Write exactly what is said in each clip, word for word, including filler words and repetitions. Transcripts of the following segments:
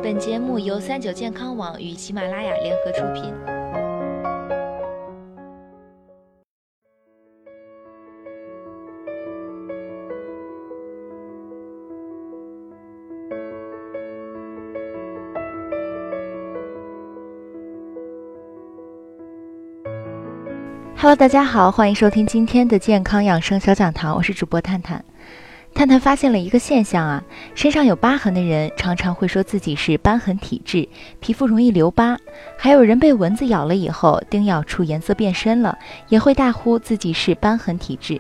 本节目由三九健康网与喜马拉雅联合出品。Hello， 大家好，欢迎收听今天的健康养生小讲堂，我是主播探探。探探发现了一个现象啊，身上有疤痕的人常常会说自己是瘢痕体质，皮肤容易留疤；还有人被蚊子咬了以后，叮咬处颜色变深了，也会大呼自己是瘢痕体质。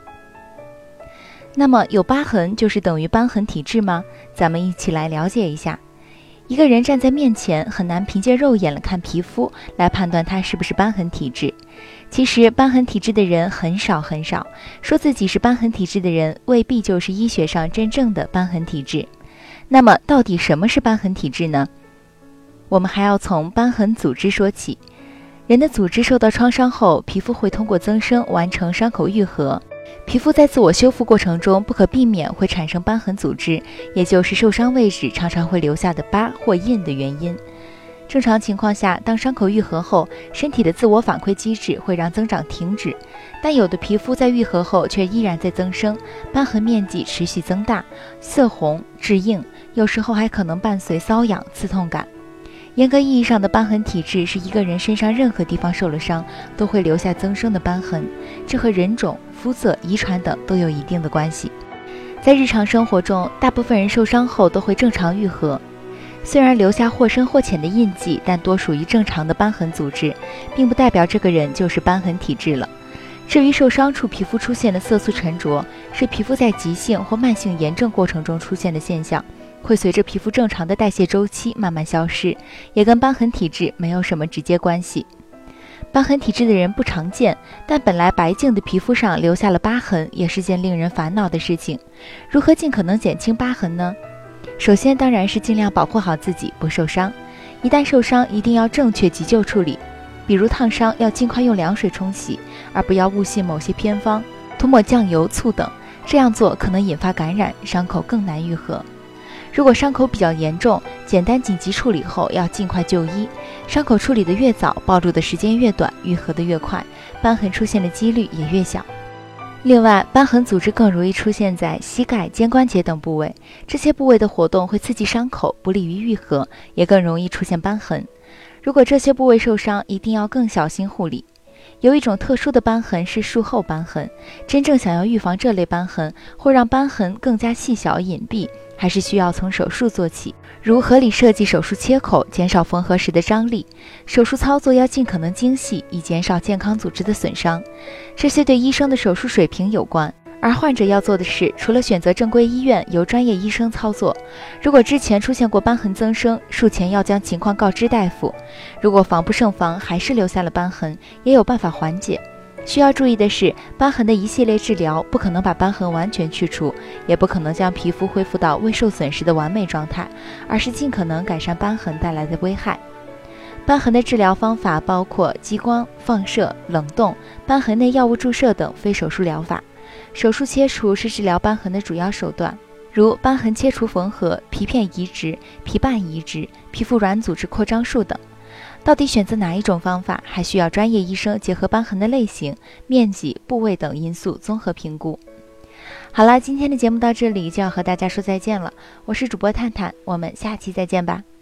那么有疤痕就是等于瘢痕体质吗？咱们一起来了解一下。一个人站在面前，很难凭借肉眼来看皮肤来判断他是不是瘢痕体质。其实瘢痕体质的人很少很少，说自己是瘢痕体质的人未必就是医学上真正的瘢痕体质。那么到底什么是瘢痕体质呢？我们还要从瘢痕组织说起。人的组织受到创伤后，皮肤会通过增生完成伤口愈合。皮肤在自我修复过程中不可避免会产生瘢痕组织，也就是受伤位置常常会留下的疤或印的原因。正常情况下，当伤口愈合后，身体的自我反馈机制会让增长停止，但有的皮肤在愈合后却依然在增生，瘢痕面积持续增大，色红致硬，有时候还可能伴随瘙痒刺痛感。严格意义上的瘢痕体质是一个人身上任何地方受了伤都会留下增生的瘢痕，这和人种、肤色、遗传等都有一定的关系。在日常生活中，大部分人受伤后都会正常愈合，虽然留下或深或浅的印记，但多属于正常的瘢痕组织，并不代表这个人就是瘢痕体质了。至于受伤处皮肤出现的色素沉着，是皮肤在急性或慢性炎症过程中出现的现象，会随着皮肤正常的代谢周期慢慢消失，也跟瘢痕体质没有什么直接关系。瘢痕体质的人不常见，但本来白净的皮肤上留下了疤痕，也是件令人烦恼的事情。如何尽可能减轻疤痕呢？首先当然是尽量保护好自己不受伤，一旦受伤一定要正确急救处理，比如烫伤要尽快用凉水冲洗，而不要误信某些偏方，涂抹酱油、醋等，这样做可能引发感染，伤口更难愈合。如果伤口比较严重，简单紧急处理后要尽快就医，伤口处理得越早，暴露的时间越短，愈合得越快，瘢痕出现的几率也越小。另外，瘢痕组织更容易出现在膝盖、肩关节等部位，这些部位的活动会刺激伤口，不利于愈合，也更容易出现瘢痕。如果这些部位受伤，一定要更小心护理。有一种特殊的瘢痕是术后瘢痕，真正想要预防这类瘢痕，或让瘢痕更加细小隐蔽，还是需要从手术做起，如合理设计手术切口，减少缝合时的张力。手术操作要尽可能精细，以减少健康组织的损伤。这些对医生的手术水平有关，而患者要做的是，除了选择正规医院由专业医生操作，如果之前出现过瘢痕增生，术前要将情况告知大夫。如果防不胜防，还是留下了瘢痕，也有办法缓解。需要注意的是，瘢痕的一系列治疗不可能把瘢痕完全去除，也不可能将皮肤恢复到未受损时的完美状态，而是尽可能改善瘢痕带来的危害。瘢痕的治疗方法包括激光、放射、冷冻、瘢痕内药物注射等非手术疗法。手术切除是治疗瘢痕的主要手段，如瘢痕切除缝合、皮片移植、皮瓣移植、皮肤软组织扩张术等。到底选择哪一种方法，还需要专业医生结合瘢痕的类型、面积、部位等因素综合评估。好了，今天的节目到这里就要和大家说再见了，我是主播探探，我们下期再见吧。